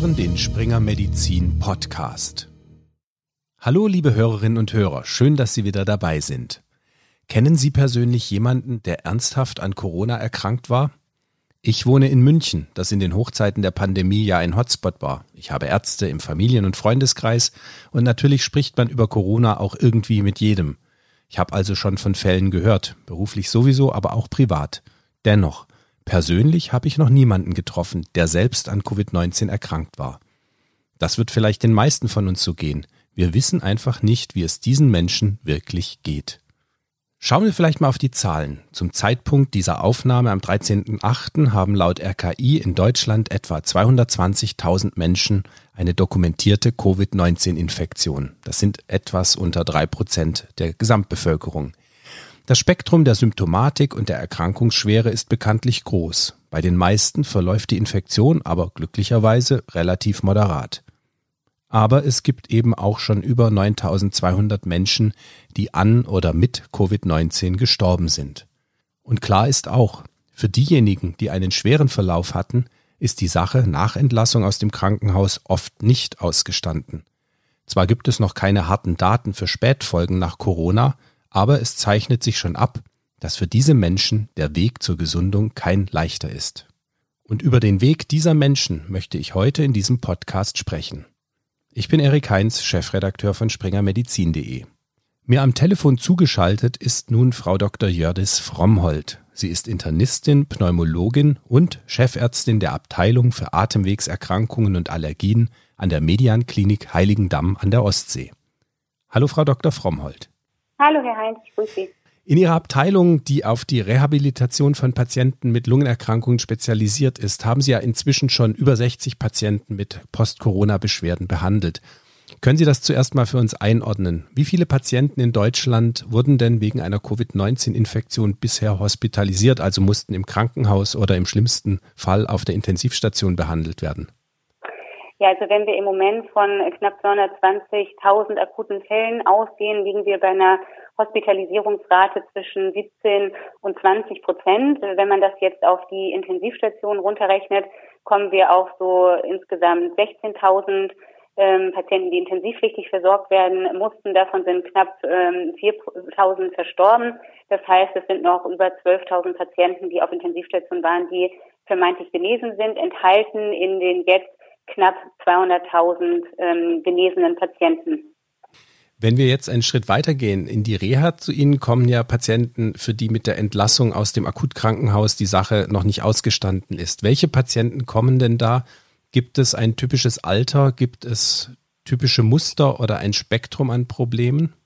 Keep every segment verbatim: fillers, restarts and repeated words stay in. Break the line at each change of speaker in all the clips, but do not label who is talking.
hören den Springer Medizin Podcast. Hallo liebe Hörerinnen und Hörer, schön, dass Sie wieder dabei sind. Kennen Sie persönlich jemanden, der ernsthaft an Corona erkrankt war? Ich wohne in München, das in den Hochzeiten der Pandemie ja ein Hotspot war. Ich habe Ärzte im Familien- und Freundeskreis und natürlich spricht man über Corona auch irgendwie mit jedem. Ich habe also schon von Fällen gehört, beruflich sowieso, aber auch privat. Dennoch, persönlich habe ich noch niemanden getroffen, der selbst an Covid neunzehn erkrankt war. Das wird vielleicht den meisten von uns so gehen. Wir wissen einfach nicht, wie es diesen Menschen wirklich geht. Schauen wir vielleicht mal auf die Zahlen. Zum Zeitpunkt dieser Aufnahme am dreizehnten achten haben laut R K I in Deutschland etwa zweihundertzwanzigtausend Menschen eine dokumentierte Covid neunzehn Infektion. Das sind etwas unter drei Prozent der Gesamtbevölkerung. Das Spektrum der Symptomatik und der Erkrankungsschwere ist bekanntlich groß. Bei den meisten verläuft die Infektion aber glücklicherweise relativ moderat. Aber es gibt eben auch schon über neuntausendzweihundert Menschen, die an oder mit Covid neunzehn gestorben sind. Und klar ist auch, für diejenigen, die einen schweren Verlauf hatten, ist die Sache nach Entlassung aus dem Krankenhaus oft nicht ausgestanden. Zwar gibt es noch keine harten Daten für Spätfolgen nach Corona, aber es zeichnet sich schon ab, dass für diese Menschen der Weg zur Gesundung kein leichter ist. Und über den Weg dieser Menschen möchte ich heute in diesem Podcast sprechen. Ich bin Erik Heinz, Chefredakteur von springer medizin punkt de. Mir am Telefon zugeschaltet ist nun Frau Doktor Jördis Frommholt. Sie ist Internistin, Pneumologin und Chefärztin der Abteilung für Atemwegserkrankungen und Allergien an der Median Klinik Heiligendamm an der Ostsee. Hallo Frau Doktor Frommholt.
Hallo Herr Heinz, ich grüße Sie.
In Ihrer Abteilung, die auf die Rehabilitation von Patienten mit Lungenerkrankungen spezialisiert ist, haben Sie ja inzwischen schon über sechzig Patienten mit Post-Corona-Beschwerden behandelt. Können Sie das zuerst mal für uns einordnen? Wie viele Patienten in Deutschland wurden denn wegen einer Covid neunzehn Infektion bisher hospitalisiert, also mussten im Krankenhaus oder im schlimmsten Fall auf der Intensivstation behandelt werden?
Ja, also wenn wir im Moment von knapp zweihundertzwanzigtausend akuten Fällen ausgehen, liegen wir bei einer Hospitalisierungsrate zwischen siebzehn und zwanzig Prozent. Wenn man das jetzt auf die Intensivstationen runterrechnet, kommen wir auf so insgesamt sechzehntausend ähm, Patienten, die intensivpflichtig versorgt werden mussten. Davon sind knapp ähm, viertausend verstorben. Das heißt, es sind noch über zwölftausend Patienten, die auf Intensivstationen waren, die vermeintlich genesen sind, enthalten in den jetzt knapp zweihunderttausend ähm, genesenen Patienten.
Wenn wir jetzt einen Schritt weitergehen, in die Reha zu Ihnen kommen ja Patienten, für die mit der Entlassung aus dem Akutkrankenhaus die Sache noch nicht ausgestanden ist. Welche Patienten kommen denn da? Gibt es ein typisches Alter? Gibt es typische Muster oder ein Spektrum an Problemen?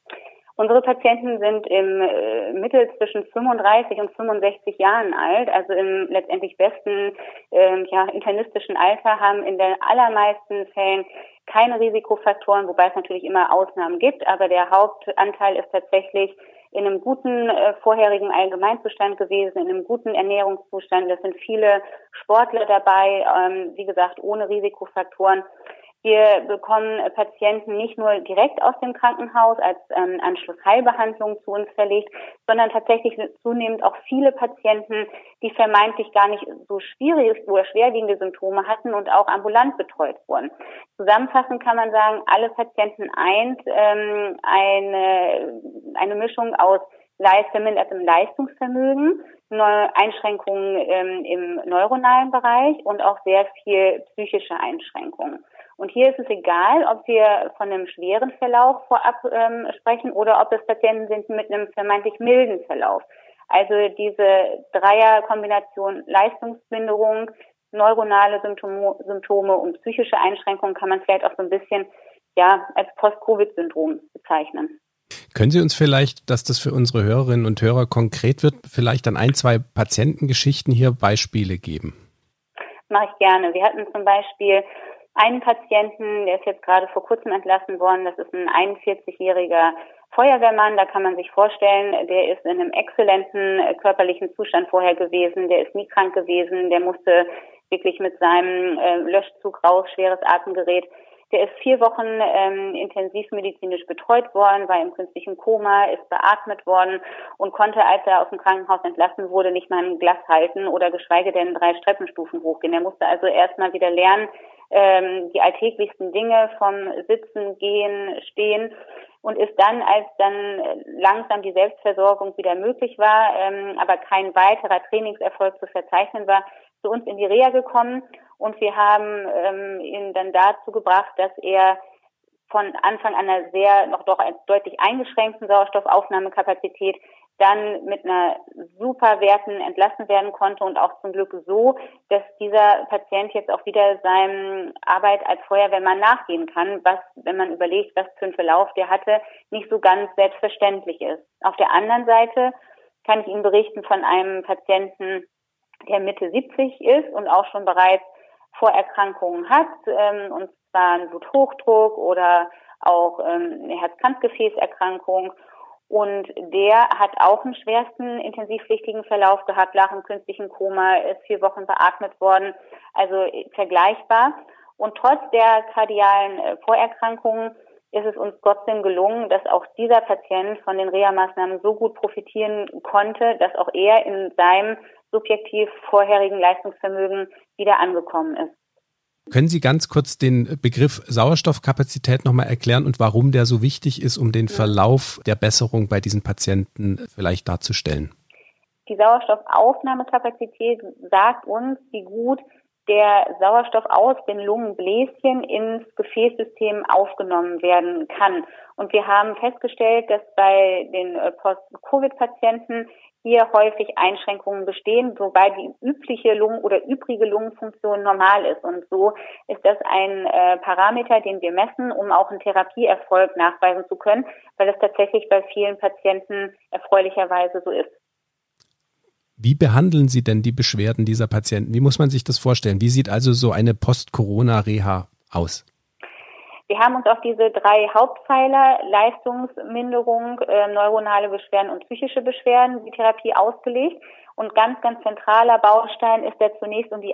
Unsere Patienten sind im äh, Mittel zwischen fünfunddreißig und fünfundsechzig Jahren alt, also im letztendlich besten äh, ja, internistischen Alter, haben in den allermeisten Fällen keine Risikofaktoren, wobei es natürlich immer Ausnahmen gibt, aber der Hauptanteil ist tatsächlich in einem guten äh, vorherigen Allgemeinzustand gewesen, in einem guten Ernährungszustand. Es sind viele Sportler dabei, ähm, wie gesagt, ohne Risikofaktoren. Wir bekommen Patienten nicht nur direkt aus dem Krankenhaus als ähm, Anschlussheilbehandlung zu uns verlegt, sondern tatsächlich zunehmend auch viele Patienten, die vermeintlich gar nicht so schwierige oder schwerwiegende Symptome hatten und auch ambulant betreut wurden. Zusammenfassend kann man sagen, alle Patienten eint ähm, eine, eine Mischung aus vermindertem Leistungsvermögen, Einschränkungen ähm, im neuronalen Bereich und auch sehr viel psychische Einschränkungen. Und hier ist es egal, ob wir von einem schweren Verlauf vorab ähm, sprechen oder ob es Patienten sind mit einem vermeintlich milden Verlauf. Also diese Dreierkombination Leistungsminderung, neuronale Symptome, Symptome und psychische Einschränkungen kann man vielleicht auch so ein bisschen ja als Post-Covid-Syndrom bezeichnen.
Können Sie uns vielleicht, dass das für unsere Hörerinnen und Hörer konkret wird, vielleicht an ein, zwei Patientengeschichten hier Beispiele geben?
Mache ich gerne. Wir hatten zum Beispiel einen Patienten, der ist jetzt gerade vor kurzem entlassen worden. Das ist ein einundvierzigjähriger Feuerwehrmann. Da kann man sich vorstellen, der ist in einem exzellenten körperlichen Zustand vorher gewesen. Der ist nie krank gewesen. Der musste wirklich mit seinem äh, Löschzug raus, schweres Atemgerät. Der ist vier Wochen ähm, intensivmedizinisch betreut worden, war im künstlichen Koma, ist beatmet worden und konnte, als er aus dem Krankenhaus entlassen wurde, nicht mal ein Glas halten oder geschweige denn drei Treppenstufen hochgehen. Er musste also erstmal wieder lernen, ähm, die alltäglichsten Dinge vom Sitzen, Gehen, Stehen und ist dann, als dann langsam die Selbstversorgung wieder möglich war, ähm, aber kein weiterer Trainingserfolg zu verzeichnen war, zu uns in die Reha gekommen und wir haben ähm, ihn dann dazu gebracht, dass er von Anfang an einer sehr, noch doch deutlich eingeschränkten Sauerstoffaufnahmekapazität dann mit einer super Werten entlassen werden konnte und auch zum Glück so, dass dieser Patient jetzt auch wieder seinem Arbeit als Feuerwehrmann nachgehen kann, was, wenn man überlegt, was für einen Verlauf der hatte, nicht so ganz selbstverständlich ist. Auf der anderen Seite kann ich Ihnen berichten von einem Patienten, der Mitte siebzig ist und auch schon bereits Vorerkrankungen hat, ähm, und zwar einen Bluthochdruck oder auch ähm, eine Herz-Kranzgefäßerkrankung. Und der hat auch einen schwersten intensivpflichtigen Verlauf gehabt, lag im künstlichen Koma, ist vier Wochen beatmet worden, also vergleichbar. Und trotz der kardialen äh, Vorerkrankungen ist es uns trotzdem gelungen, dass auch dieser Patient von den Reha-Maßnahmen so gut profitieren konnte, dass auch er in seinem subjektiv vorherigen Leistungsvermögen wieder angekommen ist.
Können Sie ganz kurz den Begriff Sauerstoffkapazität nochmal erklären und warum der so wichtig ist, um den Verlauf der Besserung bei diesen Patienten vielleicht darzustellen?
Die Sauerstoffaufnahmekapazität sagt uns, wie gut der Sauerstoff aus den Lungenbläschen ins Gefäßsystem aufgenommen werden kann. Und wir haben festgestellt, dass bei den Post-Covid-Patienten hier häufig Einschränkungen bestehen, wobei die übliche Lungen- oder übrige Lungenfunktion normal ist. Und so ist das ein äh, Parameter, den wir messen, um auch einen Therapieerfolg nachweisen zu können, weil es tatsächlich bei vielen Patienten erfreulicherweise so ist.
Wie behandeln Sie denn die Beschwerden dieser Patienten? Wie muss man sich das vorstellen? Wie sieht also so eine Post-Corona-Reha aus?
Wir haben uns auf diese drei Hauptpfeiler, Leistungsminderung, äh, neuronale Beschwerden und psychische Beschwerden, die Therapie ausgelegt. Und ganz, ganz zentraler Baustein ist ja zunächst, um die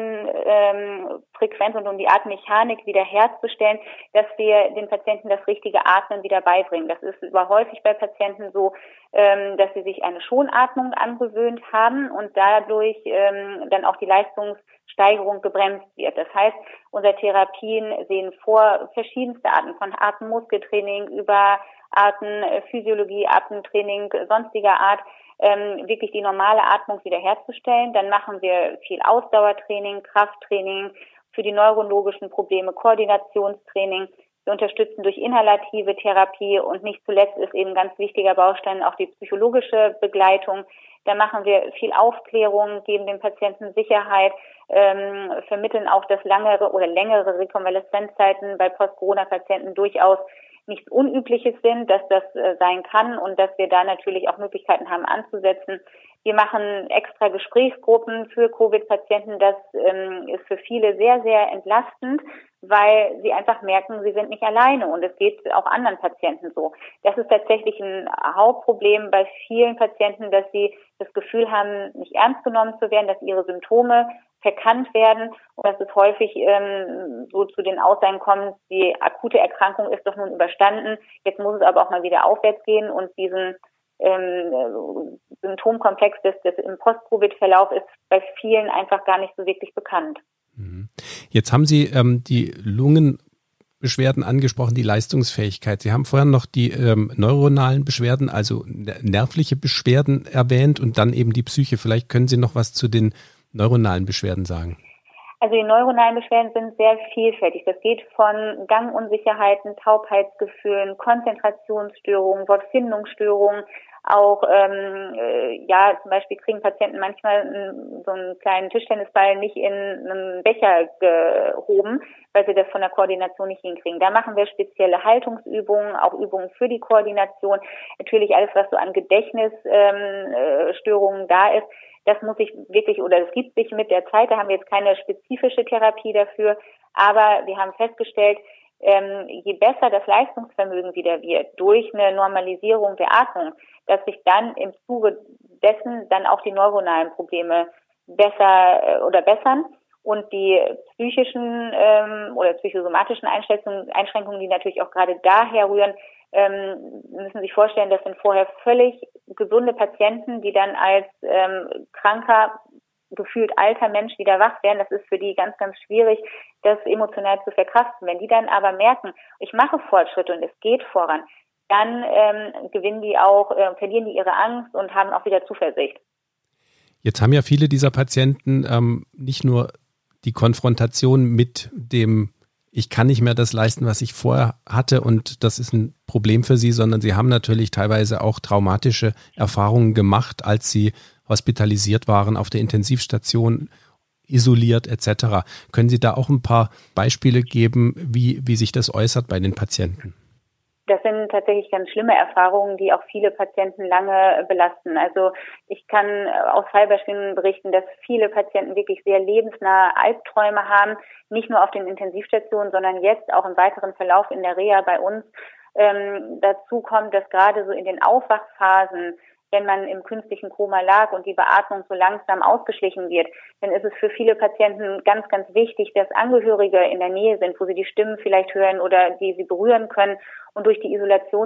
Atemfrequenz ähm, und um die Atemmechanik wiederherzustellen, dass wir den Patienten das richtige Atmen wieder beibringen. Das ist aber häufig bei Patienten so, ähm, dass sie sich eine Schonatmung angewöhnt haben und dadurch ähm, dann auch die Leistungssteigerung gebremst wird. Das heißt, unsere Therapien sehen vor verschiedenste Arten von Atemmuskeltraining über Atemphysiologie, Atemtraining sonstiger Art, ähm, wirklich die normale Atmung wiederherzustellen. Dann machen wir viel Ausdauertraining, Krafttraining, für die neurologischen Probleme Koordinationstraining. Wir unterstützen durch inhalative Therapie und nicht zuletzt ist eben ein ganz wichtiger Baustein auch die psychologische Begleitung. Da machen wir viel Aufklärung, geben den Patienten Sicherheit, ähm, vermitteln auch, dass langere oder längere Rekonvaleszenzzeiten bei Post-Corona-Patienten durchaus nichts Unübliches sind, dass das äh, sein kann und dass wir da natürlich auch Möglichkeiten haben anzusetzen. Wir machen extra Gesprächsgruppen für Covid-Patienten. Das ähm, ist für viele sehr, sehr entlastend, weil sie einfach merken, sie sind nicht alleine und es geht auch anderen Patienten so. Das ist tatsächlich ein Hauptproblem bei vielen Patienten, dass sie das Gefühl haben, nicht ernst genommen zu werden, dass ihre Symptome verkannt werden und dass es häufig ähm, so zu den Aussagen kommt, die akute Erkrankung ist doch nun überstanden, jetzt muss es aber auch mal wieder aufwärts gehen und diesen ähm, Symptomkomplex des, des im Post-Covid-Verlauf ist bei vielen einfach gar nicht so wirklich bekannt.
Jetzt haben Sie ähm, die Lungenbeschwerden angesprochen, die Leistungsfähigkeit. Sie haben vorher noch die ähm, neuronalen Beschwerden, also nervliche Beschwerden erwähnt und dann eben die Psyche. Vielleicht können Sie noch was zu den neuronalen Beschwerden sagen.
Also die neuronalen Beschwerden sind sehr vielfältig. Das geht von Gangunsicherheiten, Taubheitsgefühlen, Konzentrationsstörungen, Wortfindungsstörungen, auch ähm, äh, ja zum Beispiel kriegen Patienten manchmal n, so einen kleinen Tischtennisball nicht in einem Becher gehoben, weil sie das von der Koordination nicht hinkriegen. Da machen wir spezielle Haltungsübungen, auch Übungen für die Koordination. Natürlich alles, was so an Gedächtnisstörungen ähm, äh, da ist. Das muss sich wirklich oder es gibt sich mit der Zeit, da haben wir jetzt keine spezifische Therapie dafür, aber wir haben festgestellt, ähm, je besser das Leistungsvermögen wieder wird durch eine Normalisierung der Atmung, dass sich dann im Zuge dessen dann auch die neuronalen Probleme besser äh, oder bessern und die psychischen ähm, oder psychosomatischen Einschränkungen, Einschränkungen, die natürlich auch gerade daher rühren, ähm, müssen sich vorstellen, das sind vorher völlig gesunde Patienten, die dann als ähm, kranker gefühlt alter Mensch wieder wach werden. Das ist für die ganz, ganz schwierig, das emotional zu verkraften. Wenn die dann aber merken, ich mache Fortschritte und es geht voran, dann ähm, gewinnen die auch, äh, verlieren die ihre Angst und haben auch wieder Zuversicht.
Jetzt haben ja viele dieser Patienten ähm, nicht nur die Konfrontation mit dem, ich kann nicht mehr das leisten, was ich vorher hatte und das ist ein Problem für sie, sondern sie haben natürlich teilweise auch traumatische Erfahrungen gemacht, als sie hospitalisiert waren, auf der Intensivstation, isoliert et cetera. Können Sie da auch ein paar Beispiele geben, wie, wie sich das äußert bei den Patienten?
Das sind tatsächlich ganz schlimme Erfahrungen, die auch viele Patienten lange belasten. Also ich kann aus Fallbeispielen berichten, dass viele Patienten wirklich sehr lebensnahe Albträume haben, nicht nur auf den Intensivstationen, sondern jetzt auch im weiteren Verlauf in der Reha bei uns. Ähm, dazu kommt, dass gerade so in den Aufwachphasen, wenn man im künstlichen Koma lag und die Beatmung so langsam ausgeschlichen wird, dann ist es für viele Patienten ganz, ganz wichtig, dass Angehörige in der Nähe sind, wo sie die Stimmen vielleicht hören oder die sie berühren können. Und durch die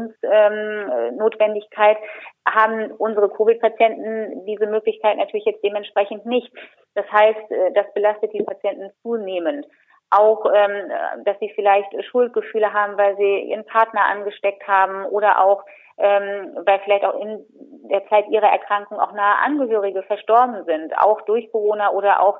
Isolationsnotwendigkeit ähm, haben unsere Covid-Patienten diese Möglichkeit natürlich jetzt dementsprechend nicht. Das heißt, das belastet die Patienten zunehmend. Auch, ähm, dass sie vielleicht Schuldgefühle haben, weil sie ihren Partner angesteckt haben oder auch, ähm, weil vielleicht auch in der Zeit ihrer Erkrankung auch nahe Angehörige verstorben sind, auch durch Corona oder auch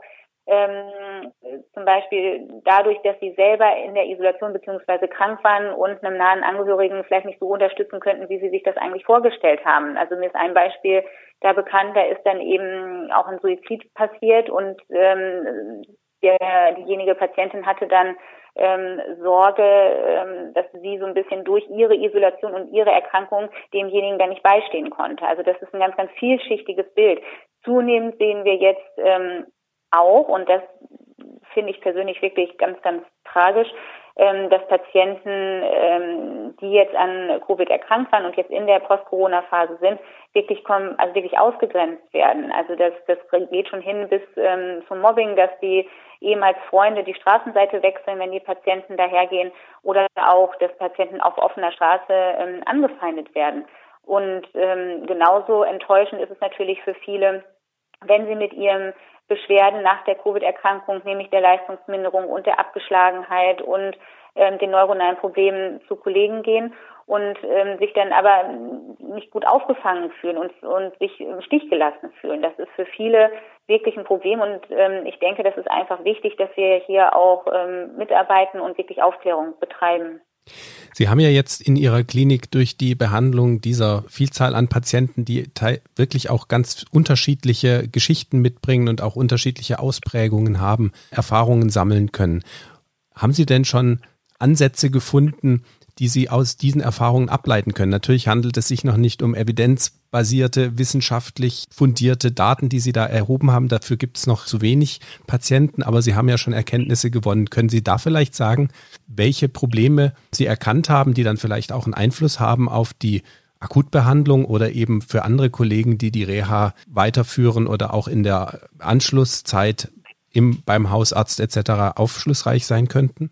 ähm, zum Beispiel dadurch, dass sie selber in der Isolation beziehungsweise krank waren und einem nahen Angehörigen vielleicht nicht so unterstützen könnten, wie sie sich das eigentlich vorgestellt haben. Also mir ist ein Beispiel da bekannt, da ist dann eben auch ein Suizid passiert und ähm, der, diejenige Patientin hatte dann ähm, Sorge, ähm, dass sie so ein bisschen durch ihre Isolation und ihre Erkrankung demjenigen dann nicht beistehen konnte. Also das ist ein ganz, ganz vielschichtiges Bild. Zunehmend sehen wir jetzt ähm, auch, und das finde ich persönlich wirklich ganz, ganz tragisch, ähm, dass Patienten, ähm, die jetzt an Covid erkrankt waren und jetzt in der Post-Corona-Phase sind, wirklich kommen, also wirklich ausgegrenzt werden. Also das, das geht schon hin bis ähm, zum Mobbing, dass die ehemals Freunde die Straßenseite wechseln, wenn die Patienten dahergehen, oder auch, dass Patienten auf offener Straße ähm, angefeindet werden. Und ähm, genauso enttäuschend ist es natürlich für viele, wenn sie mit ihrem Beschwerden nach der Covid-Erkrankung, nämlich der Leistungsminderung und der Abgeschlagenheit und ähm, den neuronalen Problemen zu Kollegen gehen und ähm, sich dann aber nicht gut aufgefangen fühlen und, und sich im Stich gelassen fühlen. Das ist für viele wirklich ein Problem und ähm, ich denke, das ist einfach wichtig, dass wir hier auch ähm, mitarbeiten und wirklich Aufklärung betreiben.
Sie haben ja jetzt in Ihrer Klinik durch die Behandlung dieser Vielzahl an Patienten, die wirklich auch ganz unterschiedliche Geschichten mitbringen und auch unterschiedliche Ausprägungen haben, Erfahrungen sammeln können. Haben Sie denn schon Ansätze gefunden, die Sie aus diesen Erfahrungen ableiten können? Natürlich handelt es sich noch nicht um evidenzbasierte, wissenschaftlich fundierte Daten, die Sie da erhoben haben. Dafür gibt es noch zu wenig Patienten, aber Sie haben ja schon Erkenntnisse gewonnen. Können Sie da vielleicht sagen, welche Probleme Sie erkannt haben, die dann vielleicht auch einen Einfluss haben auf die Akutbehandlung oder eben für andere Kollegen, die die Reha weiterführen oder auch in der Anschlusszeit im, beim Hausarzt et cetera aufschlussreich sein könnten?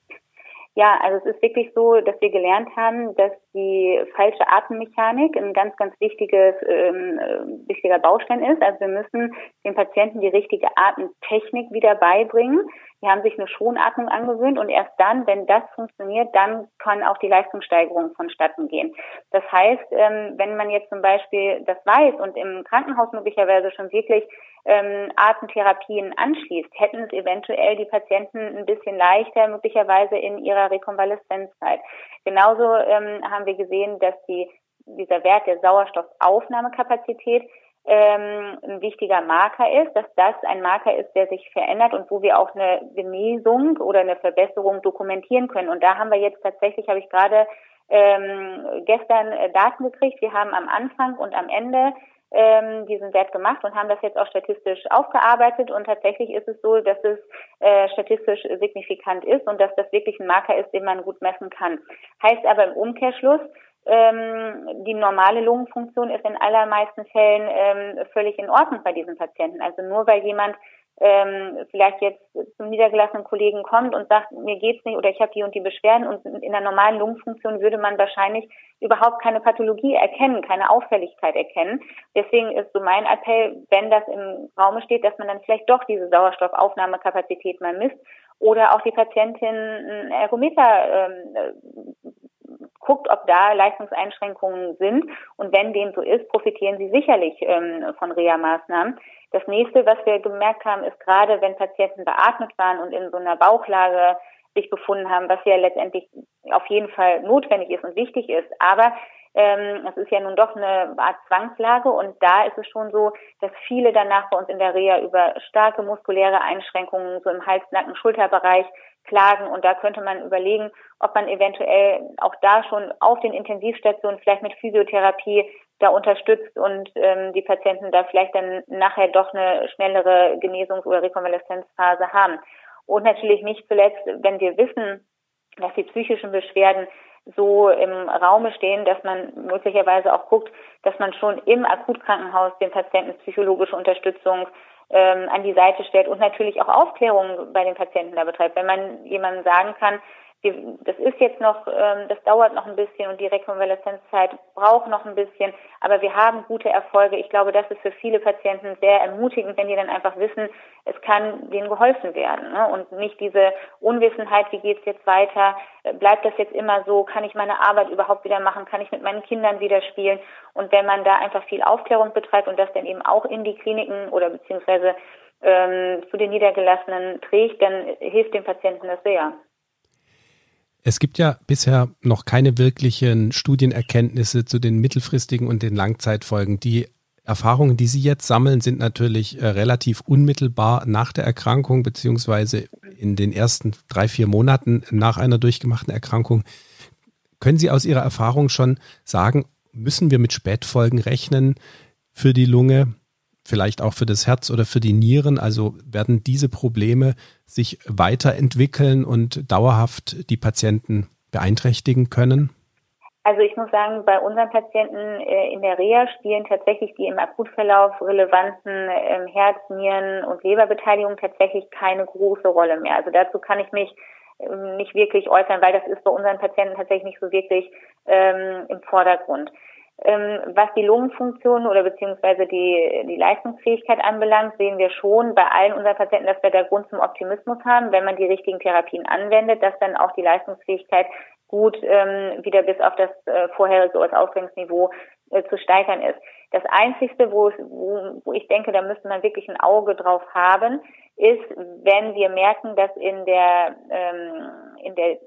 Ja, also es ist wirklich so, dass wir gelernt haben, dass die falsche Atemmechanik ein ganz, ganz wichtiges, ähm, wichtiger Baustein ist. Also wir müssen den Patienten die richtige Atemtechnik wieder beibringen. Die haben sich eine Schonatmung angewöhnt und erst dann, wenn das funktioniert, dann kann auch die Leistungssteigerung vonstatten gehen. Das heißt, ähm, wenn man jetzt zum Beispiel das weiß und im Krankenhaus möglicherweise schon wirklich ähm, Atemtherapien anschließt, hätten es eventuell die Patienten ein bisschen leichter, möglicherweise in ihrer Rekonvaleszenzzeit. Genauso ähm, haben wir gesehen, dass die, dieser Wert der Sauerstoffaufnahmekapazität ähm, ein wichtiger Marker ist, dass das ein Marker ist, der sich verändert und wo wir auch eine Genesung oder eine Verbesserung dokumentieren können. Und da haben wir jetzt tatsächlich, habe ich gerade ähm, gestern äh, Daten gekriegt. Wir haben am Anfang und am Ende ähm, diesen Wert gemacht und haben das jetzt auch statistisch aufgearbeitet. Und tatsächlich ist es so, dass es äh, statistisch signifikant ist und dass das wirklich ein Marker ist, den man gut messen kann. Heißt aber im Umkehrschluss, Ähm, die normale Lungenfunktion ist in allermeisten Fällen ähm, völlig in Ordnung bei diesen Patienten. Also nur weil jemand ähm, vielleicht jetzt zum niedergelassenen Kollegen kommt und sagt, mir geht's nicht oder ich habe die und die Beschwerden, und in einer normalen Lungenfunktion würde man wahrscheinlich überhaupt keine Pathologie erkennen, keine Auffälligkeit erkennen. Deswegen ist so mein Appell, wenn das im Raume steht, dass man dann vielleicht doch diese Sauerstoffaufnahmekapazität mal misst oder auch die Patientin ein Ergometer ähm, guckt, ob da Leistungseinschränkungen sind. Und wenn dem so ist, profitieren sie sicherlich ähm, von Reha-Maßnahmen. Das nächste, was wir gemerkt haben, ist gerade, wenn Patienten beatmet waren und in so einer Bauchlage sich befunden haben, was ja letztendlich auf jeden Fall notwendig ist und wichtig ist. Aber ähm, es ist ja nun doch eine Art Zwangslage, und da ist es schon so, dass viele danach bei uns in der Reha über starke muskuläre Einschränkungen so im Hals-, Nacken-, Schulterbereich klagen, und da könnte man überlegen, ob man eventuell auch da schon auf den Intensivstationen vielleicht mit Physiotherapie da unterstützt und ähm, die Patienten da vielleicht dann nachher doch eine schnellere Genesungs- oder Rekonvaleszenzphase haben. Und natürlich nicht zuletzt, wenn wir wissen, dass die psychischen Beschwerden so im Raume stehen, dass man möglicherweise auch guckt, dass man schon im Akutkrankenhaus den Patienten psychologische Unterstützung ähm, an die Seite stellt und natürlich auch Aufklärung bei den Patienten da betreibt. Wenn man jemandem sagen kann, wir, das ist jetzt noch, ähm, das dauert noch ein bisschen und die Rekonvaleszenzzeit braucht noch ein bisschen, aber wir haben gute Erfolge. Ich glaube, das ist für viele Patienten sehr ermutigend, wenn die dann einfach wissen, es kann denen geholfen werden, ne? Und nicht diese Unwissenheit, wie geht's jetzt weiter, bleibt das jetzt immer so, kann ich meine Arbeit überhaupt wieder machen, kann ich mit meinen Kindern wieder spielen? Und wenn man da einfach viel Aufklärung betreibt und das dann eben auch in die Kliniken oder beziehungsweise ähm, zu den Niedergelassenen trägt, dann hilft dem Patienten das sehr.
Es gibt ja bisher noch keine wirklichen Studienerkenntnisse zu den mittelfristigen und den Langzeitfolgen. Die Erfahrungen, die Sie jetzt sammeln, sind natürlich äh, relativ unmittelbar nach der Erkrankung beziehungsweise in den ersten drei, vier Monaten nach einer durchgemachten Erkrankung. Können Sie aus Ihrer Erfahrung schon sagen, müssen wir mit Spätfolgen rechnen für die Lunge, vielleicht auch für das Herz oder für die Nieren? Also werden diese Probleme sich weiterentwickeln und dauerhaft die Patienten beeinträchtigen können?
Also ich muss sagen, bei unseren Patienten äh, in der Reha spielen tatsächlich die im Akutverlauf relevanten ähm, Herz-, Nieren- und Leberbeteiligung tatsächlich keine große Rolle mehr. Also dazu kann ich mich ähm, nicht wirklich äußern, weil das ist bei unseren Patienten tatsächlich nicht so wirklich ähm, im Vordergrund. Ähm, was die Lungenfunktion oder beziehungsweise die, die Leistungsfähigkeit anbelangt, sehen wir schon bei allen unseren Patienten, dass wir da Grund zum Optimismus haben, wenn man die richtigen Therapien anwendet, dass dann auch die Leistungsfähigkeit gut ähm, wieder bis auf das äh, vorherige als Ausgangsniveau äh, zu steigern ist. Das Einzigste, wo, wo, wo ich denke, da müsste man wirklich ein Auge drauf haben, ist, wenn wir merken, dass in der ähm, in der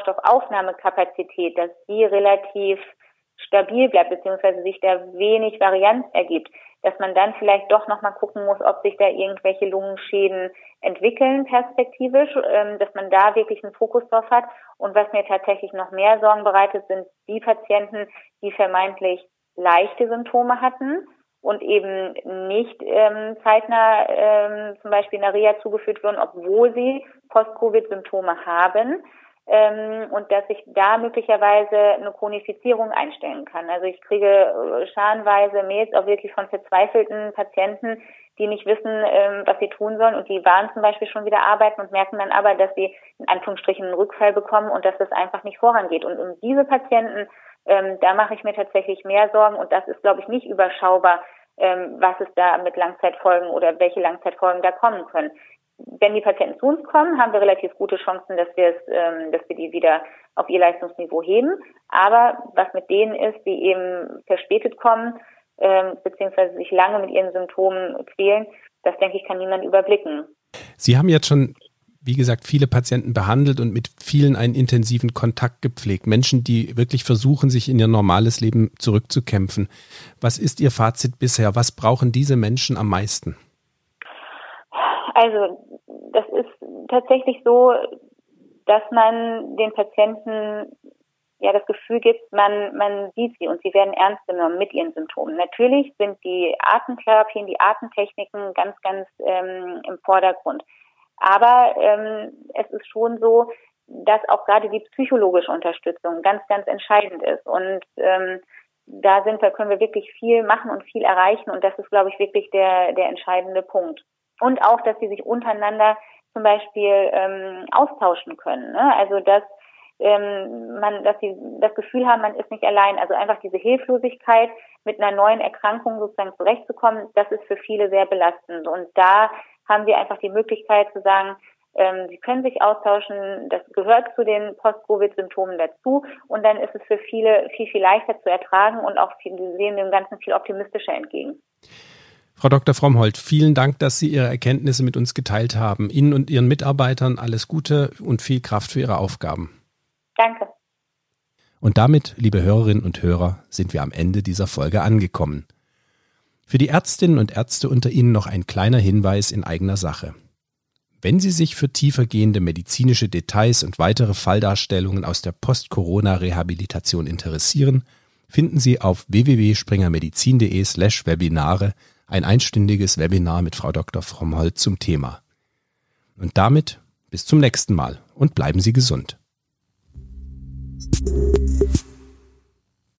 Sauerstoffaufnahmekapazität, dass die relativ stabil bleibt, beziehungsweise sich da wenig Varianz ergibt, dass man dann vielleicht doch nochmal gucken muss, ob sich da irgendwelche Lungenschäden entwickeln perspektivisch, ähm, dass man da wirklich einen Fokus drauf hat. Und was mir tatsächlich noch mehr Sorgen bereitet, sind die Patienten, die vermeintlich leichte Symptome hatten und eben nicht ähm, zeitnah ähm, zum Beispiel in der Reha zugeführt wurden, obwohl sie Post-Covid-Symptome haben. Ähm, und dass ich da möglicherweise eine Chronifizierung einstellen kann. Also ich kriege äh, scharenweise Mails auch wirklich von verzweifelten Patienten, die nicht wissen, ähm, was sie tun sollen, und die waren zum Beispiel schon wieder arbeiten und merken dann aber, dass sie in Anführungsstrichen einen Rückfall bekommen und dass das einfach nicht vorangeht. Und um diese Patienten, ähm, da mache ich mir tatsächlich mehr Sorgen, und das ist, glaube ich, nicht überschaubar, ähm, was es da mit Langzeitfolgen oder welche Langzeitfolgen da kommen können. Wenn die Patienten zu uns kommen, haben wir relativ gute Chancen, dass wir es, ähm, dass wir die wieder auf ihr Leistungsniveau heben. Aber was mit denen ist, die eben verspätet kommen, ähm, beziehungsweise sich lange mit ihren Symptomen quälen, das, denke ich, kann niemand überblicken.
Sie haben jetzt schon, wie gesagt, viele Patienten behandelt und mit vielen einen intensiven Kontakt gepflegt. Menschen, die wirklich versuchen, sich in ihr normales Leben zurückzukämpfen. Was ist Ihr Fazit bisher? Was brauchen diese Menschen am meisten?
Also das ist tatsächlich so, dass man den Patienten ja das Gefühl gibt, man man sieht sie und sie werden ernst genommen mit ihren Symptomen. Natürlich sind die Atemtherapien, die Atemtechniken ganz, ganz ähm, im Vordergrund. Aber ähm, es ist schon so, dass auch gerade die psychologische Unterstützung ganz, ganz entscheidend ist. Und ähm, da sind wir, können wir wirklich viel machen und viel erreichen. Und das ist, glaube ich, wirklich der der entscheidende Punkt. Und auch, dass sie sich untereinander zum Beispiel ähm, austauschen können. Ne? Also dass ähm, man, dass sie das Gefühl haben, man ist nicht allein. Also einfach diese Hilflosigkeit, mit einer neuen Erkrankung sozusagen zurechtzukommen, das ist für viele sehr belastend. Und da haben wir einfach die Möglichkeit zu sagen, ähm, sie können sich austauschen, das gehört zu den Post-Covid-Symptomen dazu. Und dann ist es für viele viel, viel leichter zu ertragen und auch viel, wir sehen dem Ganzen viel optimistischer entgegen.
Frau Doktor Frommholt, vielen Dank, dass Sie Ihre Erkenntnisse mit uns geteilt haben. Ihnen und Ihren Mitarbeitern alles Gute und viel Kraft für Ihre Aufgaben.
Danke.
Und damit, liebe Hörerinnen und Hörer, sind wir am Ende dieser Folge angekommen. Für die Ärztinnen und Ärzte unter Ihnen noch ein kleiner Hinweis in eigener Sache. Wenn Sie sich für tiefergehende medizinische Details und weitere Falldarstellungen aus der Post-Corona-Rehabilitation interessieren, finden Sie auf w w w punkt springermedizin punkt de slash Webinare ein einstündiges Webinar mit Frau Doktor Frommholt zum Thema. Und damit bis zum nächsten Mal und bleiben Sie gesund.